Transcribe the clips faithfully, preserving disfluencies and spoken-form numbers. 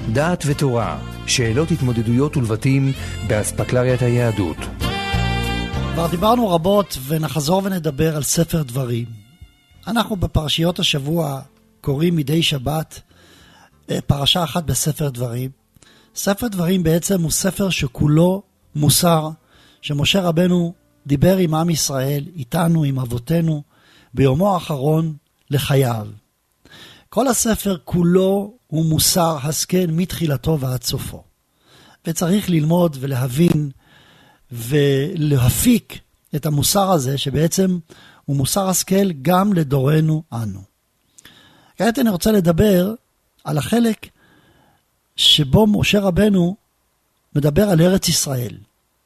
דעת ותורה, שאלות התמודדויות ולבטים באספקלריית היהדות. כבר דיברנו רבות ונחזור ונדבר על ספר דברים. אנחנו בפרשיות השבוע קוראים מדי שבת פרשה אחת בספר דברים. ספר דברים בעצם הוא ספר שכולו מוסר, שמשה רבנו דיבר עם עם ישראל, איתנו, עם אבותינו, ביומו האחרון לחייו. כל הספר כולו הוא מוסר השכל מתחילתו ועד סופו. וצריך ללמוד ולהבין ולהפיק את המוסר הזה, שבעצם הוא מוסר השכל גם לדורנו אנו. כעת אני רוצה לדבר על החלק שבו משה רבנו מדבר על ארץ ישראל.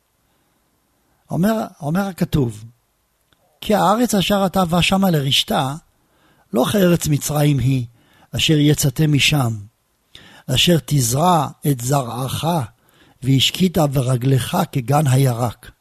אומר, אומר הכתוב, כי הארץ אשר אתה בא שמה לרשתה, לא כארץ מצרים היא, אשר יצאתם משם, אשר תזרע את זרעך, והשקית ברגלך כגן הירק.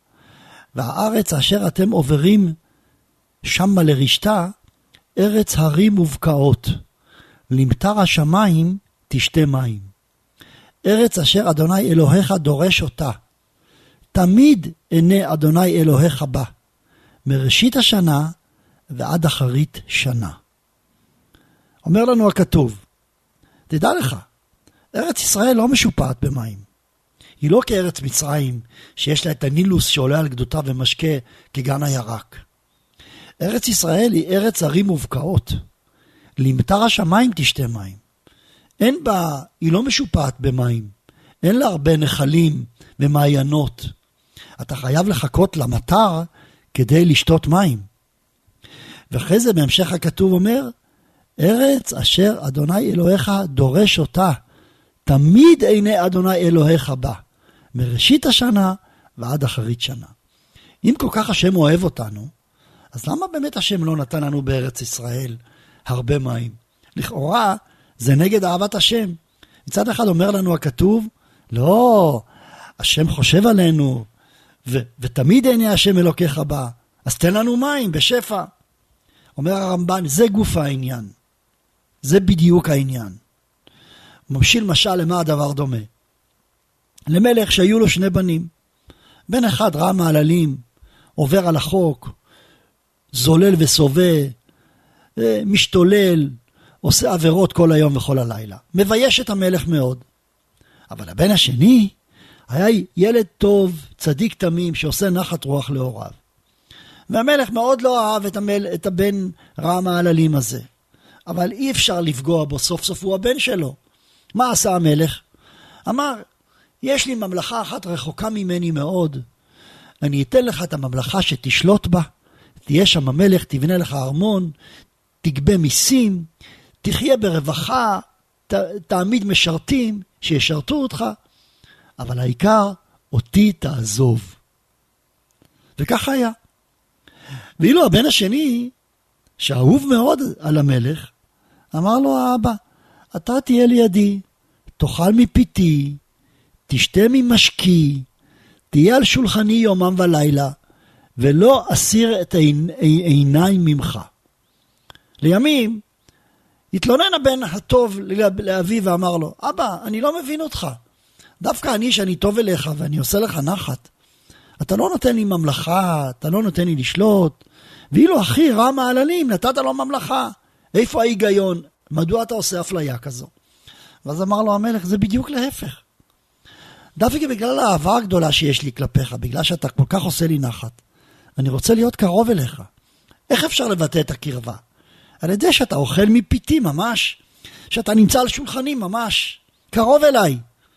והארץ אשר אתם עוברים שמה לרשתה, ארץ הרים ובקעות, למטר השמיים תשתה מים. ארץ אשר אדוני אלוהיך דורש אותה, תמיד עיני אדוני אלוהיך בה, מראשית השנה ועד אחרית שנה. אומר לנו הכתוב, תדע לך, ארץ ישראל לא משופעת במים. היא לא כארץ מצרים, שיש לה את הנילוס שעולה על גדותה ומשקה כגן הירק. ארץ ישראל היא ארץ הרים ובקעות. למטר השמיים תשתה מים. אין בה, היא לא משופעת במים. אין לה הרבה נחלים ומעיינות. אתה חייב לחכות למטר כדי לשתות מים. ואחרי זה בהמשך הכתוב אומר, ארץ אשר אדוני אלוהיך דורש אותה, תמיד עיני אדוני אלוהיך בה, מראשית השנה ועד אחרית שנה. אם כל כך השם אוהב אותנו, אז למה באמת השם לא נתן לנו בארץ ישראל הרבה מים? לכאורה זה נגד אהבת השם. מצד אחד אומר לנו הכתוב, לא, השם חושב עלינו, ו- ותמיד עיני השם אלוקיך בה, אז תן לנו מים בשפע. אומר הרמב"ן, זה גוף העניין. זה בדיוק העניין. ממשיל משל למה הדבר דומה. למלך שהיו לו שני בנים. בן אחד רע מעללים, עובר על החוק, זולל וסובה, משתולל, עושה עבירות כל היום וכל הלילה. מבייש את המלך מאוד. אבל הבן השני היה ילד טוב, צדיק תמים, שעושה נחת רוח להוריו. והמלך מאוד לא אהב את, המל... את הבן רע מעללים הזה. אבל אי אפשר לפגוע בו, סוף סוף הוא הבן שלו. מה עשה המלך? אמר, יש לי ממלכה אחת רחוקה ממני מאוד. אני אתן לך את הממלכה שתשלוט בה. תהיה שם המלך, תבנה לך ארמון, תגבה מיסים, תחיה ברווחה, ת... תעמיד משרתים שישרתו אותך. אבל העיקר, אותי תעזוב. וככה היה. ואילו הבן השני, שאהוב מאוד על המלך, אמר לו האבא, אתה תהיה לידי, תאכל מפיתי, תשתה ממשקי, תהיה על שולחני יומם ולילה, ולא אסיר את העיניים ממך. לימים, התלונן הבן הטוב לאביו ואמר לו, אבא, אני לא מבין אותך. דווקא אני שאני טוב אליך ואני עושה לך נחת. אתה לא נותן לי ממלכה, אתה לא נותן לי לשלוט, ואילו אחי רע מעללים, נתת לו ממלכה. איפה ההיגיון? מדוע אתה עושה אפליה כזו? ואז אמר לו המלך, זה בדיוק להפך. דווקא בגלל האהבה הגדולה שיש לי כלפיך, בגלל שאתה כל כך עושה לי נחת, אני רוצה להיות קרוב אליך. איך אפשר לבטא את הקרבה? על ידי שאתה אוכל מפיתי ממש, שאתה נמצא על שולחני ממש, קרוב אליי.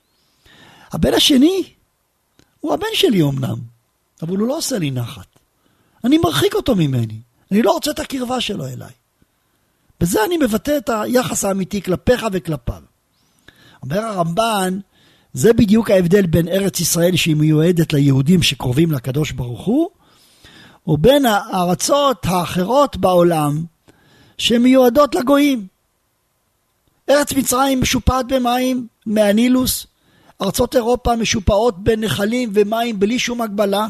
הבן השני, הוא הבן שלי אומנם, אבל הוא לא עושה לי נחת. אני מרחיק אותו ממני. אני לא רוצה את הקרבה שלו אליי. בזה אני מבטא את היחס האמיתי כלפיך וכלפיו. אומר הרמב"ן, זה בדיוק ההבדל בין ארץ ישראל שהיא מיועדת ליהודים שקרובים לקדוש ברוך הוא, ובין הארצות האחרות בעולם שמיועדות לגויים. ארץ מצרים משופעת במים מהנילוס, ארצות אירופה משופעות בנחלים ומים בלי שום הגבלה,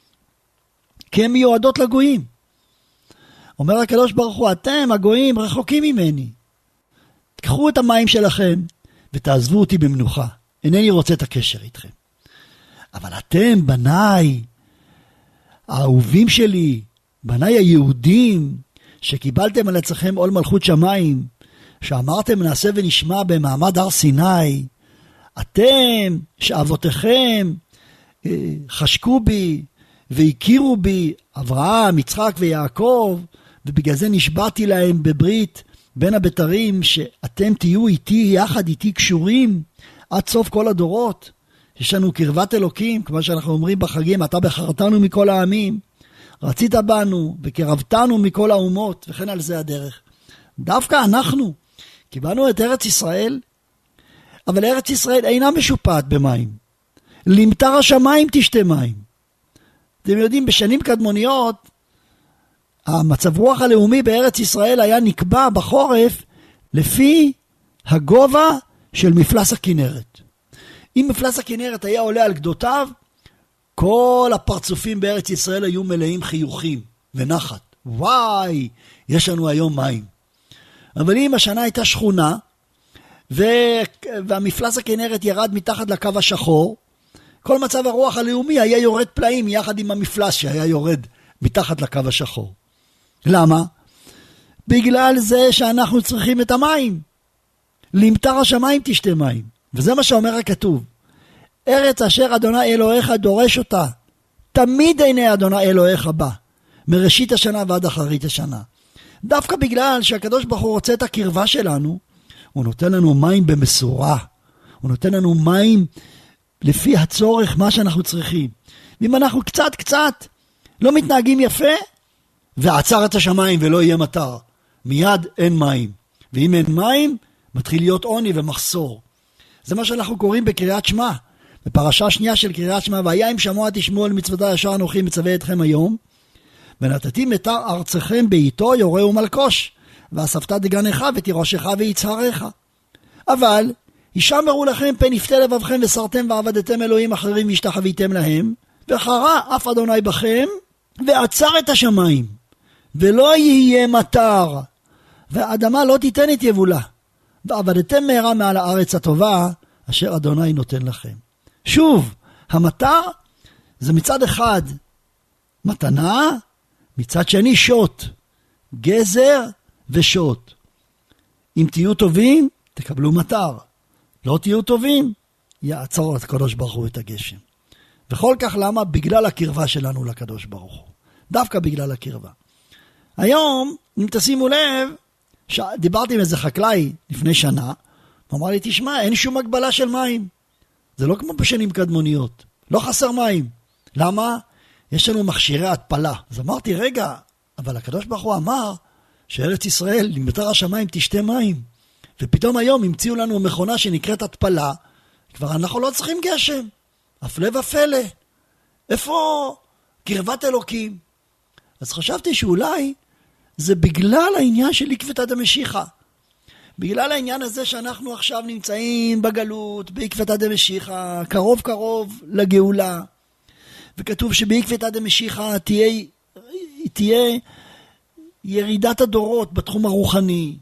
כי הן מיועדות לגויים. אומר הקדוש ברוך הוא, אתם הגויים רחוקים ממני. תקחו את המים שלכם, ותעזבו אותי במנוחה. אינני רוצה את הקשר איתכם. אבל אתם, בניי, האהובים שלי, בניי היהודים, שקיבלתם על עצמכם עול מלכות שמיים, שאמרתם נעשה ונשמע במעמד הר סיני, אתם, שאבותיכם, חשקו בי והכירו בי, אברהם, יצחק ויעקב, ובגלל זה נשבעתי להם בברית בין הבתרים, שאתם תהיו איתי, יחד איתי קשורים, עד סוף כל הדורות. יש לנו קרבת אלוקים, כמו שאנחנו אומרים בחגים, אתה בחרתנו מכל העמים, רצית בנו וקרבתנו מכל האומות, וכן על זה הדרך. דווקא אנחנו קיבלנו את ארץ ישראל, אבל ארץ ישראל אינה משופעת במים. למטר השמיים תשתה מים. אתם יודעים, בשנים קדמוניות, המצב רוח הלאומי בארץ ישראל היה נקבע בחורף לפי הגובה של מפלס הכנרת. אם מפלס הכנרת היה עולה על גדותיו, כל הפרצופים בארץ ישראל היו מלאים חיוכים ונחת. וואי, יש לנו היום מים. אבל אם השנה הייתה שכונה, ו... והמפלס הכנרת ירד מתחת לקו השחור, כל מצב הרוח הלאומי היה יורד פלאים יחד עם המפלס שהיה יורד מתחת לקו השחור. למה? בגלל זה שאנחנו צריכים את המים. למטר השמיים תשתה מים. וזה מה שאומר הכתוב. ארץ אשר אדוני אלוהיך דורש אותה. תמיד עיני אדוני אלוהיך בא. מראשית השנה ועד אחרית השנה. דווקא בגלל שהקדוש ברוך הוא רוצה את הקרבה שלנו, הוא נותן לנו מים במסורה. הוא נותן לנו מים לפי הצורך, מה שאנחנו צריכים. ואם אנחנו קצת קצת לא מתנהגים יפה, ועצר את השמיים ולא יהיה מטר, מיד אין מים. ואם אין מים, מתחיל להיות עוני ומחסור. זה מה שאנחנו קוראים בקריאת שמע. בפרשה שנייה של קריאת שמע, והיה אם שמוע תשמעו על מצוותי אשר אנוכי מצווה אתכם היום, ונתתי מטר ארצכם בעיתו יורה ומלקוש, ואספת דגנך ותירושך ויצהרך. אבל ישמרו לכם פן יפתה לבבכם וסרתם ועבדתם אלוהים אחרים והשתחוויתם להם, וחרה אף אדוני בכם ועצר את השמיים, ולא יהיה מטר, והאדמה לא תיתן את יבולה, ועבדתם מהרה מעל הארץ הטובה אשר אדוני נותן לכם. שוב, המטר זה מצד אחד מתנה, מצד שני שוט, גזר ושוט. אם תהיו טובים, תקבלו מטר. לא תהיו טובים, יעצור את הקדוש ברוך הוא את הגשם. וכל כך למה? בגלל הקרבה שלנו לקדוש ברוך הוא. דווקא בגלל הקרבה. היום, אם תשימו לב, דיברתי עם איזה חקלאי לפני שנה, הוא אמר לי, תשמע, אין שום הגבלה של מים. זה לא כמו בשנים קדמוניות. לא חסר מים. למה? יש לנו מכשירי התפלה. אז אמרתי, רגע, אבל הקדוש ברוך הוא אמר, שארץ ישראל, למטר השמיים תשתה מים. ופתאום היום המציאו לנו מכונה שנקראת התפלה, כבר אנחנו לא צריכים גשם. הפלא ופלא. איפה קרבת אלוקים? אז חשבתי שאולי זה בגלל העניין של עקבתא דמשיחא. בגלל העניין הזה שאנחנו עכשיו נמצאים בגלות, בעקבתא דמשיחא, קרוב קרוב לגאולה. וכתוב שבעקבתא דמשיחא תהיה, תהיה ירידת הדורות בתחום הרוחני.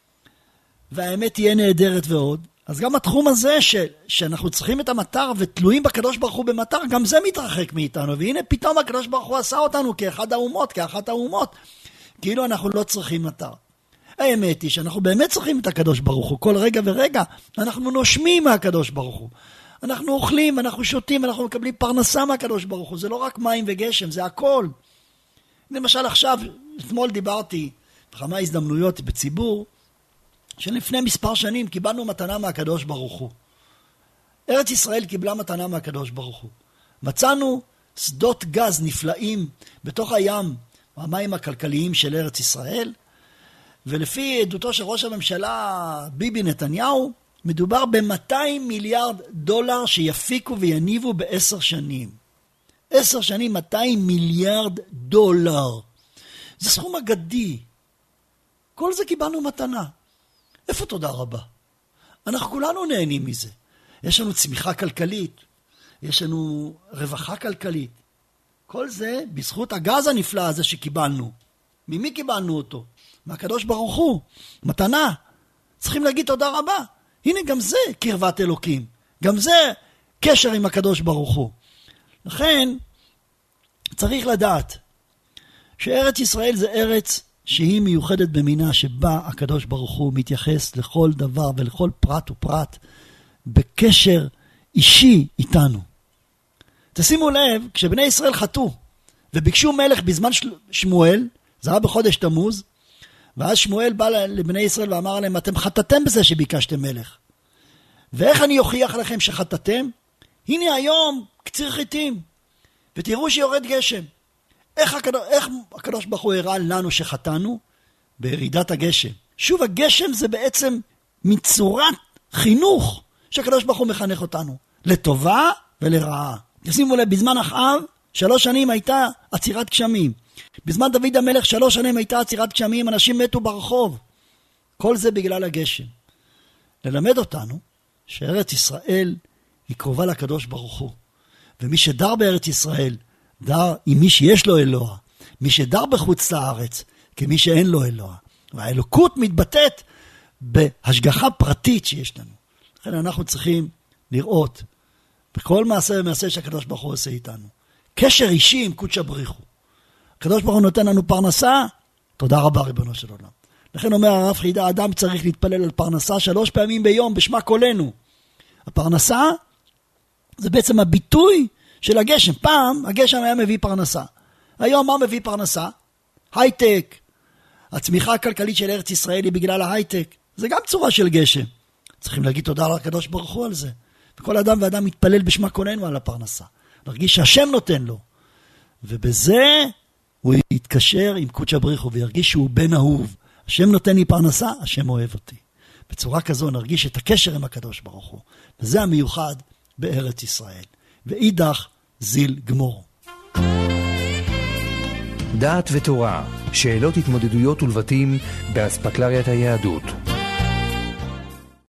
והאמת תהיה נהדרת ועוד. אז גם התחום הזה ש, שאנחנו צריכים את המטר ותלויים בקדוש ברוך הוא במטר, גם זה מתרחק מאיתנו. והנה פתאום הקדוש ברוך הוא עשה אותנו כאחד האומות, כאחת האומות. כאילו אנחנו לא צריכים מטר. האמת היא שאנחנו באמת צריכים את הקדוש ברוך הוא. כל רגע ורגע אנחנו נושמים מהקדוש ברוך הוא. אנחנו אוכלים, אנחנו שותים, אנחנו מקבלים פרנסה מהקדוש ברוך הוא. זה לא רק מים וגשם, זה הכל. למשל עכשיו, אתמול דיברתי בכמה הזדמנויות בציבור, שלפני מספר שנים קיבלנו מתנה מהקדוש ברוך הוא. ארץ ישראל קיבלה מתנה מהקדוש ברוך הוא. מצאנו שדות גז נפלאים בתוך הים, המים הכלכליים של ארץ ישראל, ולפי עדותו של ראש הממשלה ביבי נתניהו, מדובר ב-מאתיים מיליארד דולר שיפיקו ויניבו בעשר שנים. עשר שנים מאתיים מיליארד דולר. זה סכום אגדי. כל זה קיבלנו מתנה. איפה תודה רבה? אנחנו כולנו נהנים מזה. יש לנו צמיחה כלכלית, יש לנו רווחה כלכלית. כל זה בזכות הגז הנפלא הזה שקיבלנו. ממי קיבלנו אותו? מהקדוש ברוך הוא. מתנה. צריכים להגיד תודה רבה. הנה גם זה קרבת אלוקים. גם זה קשר עם הקדוש ברוך הוא. לכן צריך לדעת שארץ ישראל זה ארץ שהיא מיוחדת במינה, שבה הקדוש ברוך הוא מתייחס לכל דבר ולכל פרט ופרט בקשר אישי איתנו. תשימו לב, כשבני ישראל חטאו וביקשו מלך בזמן שמואל, זה היה בחודש תמוז, ואז שמואל בא לבני ישראל ואמר להם, אתם חטאתם בזה שביקשתם מלך. ואיך אני אוכיח לכם שחטאתם? הנה היום קציר חיטים, ותראו שיורד גשם. איך הקדוש, איך הקדוש ברוך הוא הראה לנו שחטאנו? בירידת הגשם. שוב, הגשם זה בעצם מצורת חינוך שהקדוש ברוך הוא מחנך אותנו, לטובה ולרעה. תשימו לב, בזמן אחאב, שלוש שנים הייתה עצירת גשמים. בזמן דוד המלך, שלוש שנים הייתה עצירת גשמים, אנשים מתו ברחוב. כל זה בגלל הגשם. ללמד אותנו שארץ ישראל היא קרובה לקדוש ברוך הוא. ומי שדר בארץ ישראל, דר עם מי שיש לו אלוה. מי שדר בחוץ לארץ, כמי שאין לו אלוה. והאלוקות מתבטאת בהשגחה פרטית שיש לנו. לכן אנחנו צריכים לראות בכל מעשה ומעשה שהקדוש ברוך הוא עושה איתנו. קשר אישי עם קודש הבריך הוא. הקדוש ברוך הוא נותן לנו פרנסה, תודה רבה ריבונו של עולם. לכן אומר הרב חידה, האדם צריך להתפלל על פרנסה שלוש פעמים ביום בשמה קולנו. הפרנסה זה בעצם הביטוי של הגשם. פעם הגשם היה מביא פרנסה. היום מה מביא פרנסה? הייטק. הצמיחה הכלכלית של ארץ ישראל היא בגלל ההייטק. זה גם צורה של גשם. צריכים להגיד תודה לקדוש ברוך הוא על זה. וכל אדם ואדם מתפלל בשמה קולנו על הפרנסה. להרגיש שהשם נותן לו. ובזה הוא יתקשר עם קודש הבריך הוא וירגיש שהוא בן אהוב. השם נותן לי פרנסה, השם אוהב אותי. בצורה כזו נרגיש את הקשר עם הקדוש ברוך הוא. וזה המיוחד בארץ ישראל. ואידך זיל גמור. דעת ותורה, שאלות התמודדויות ולבטים באספקלריית היהדות.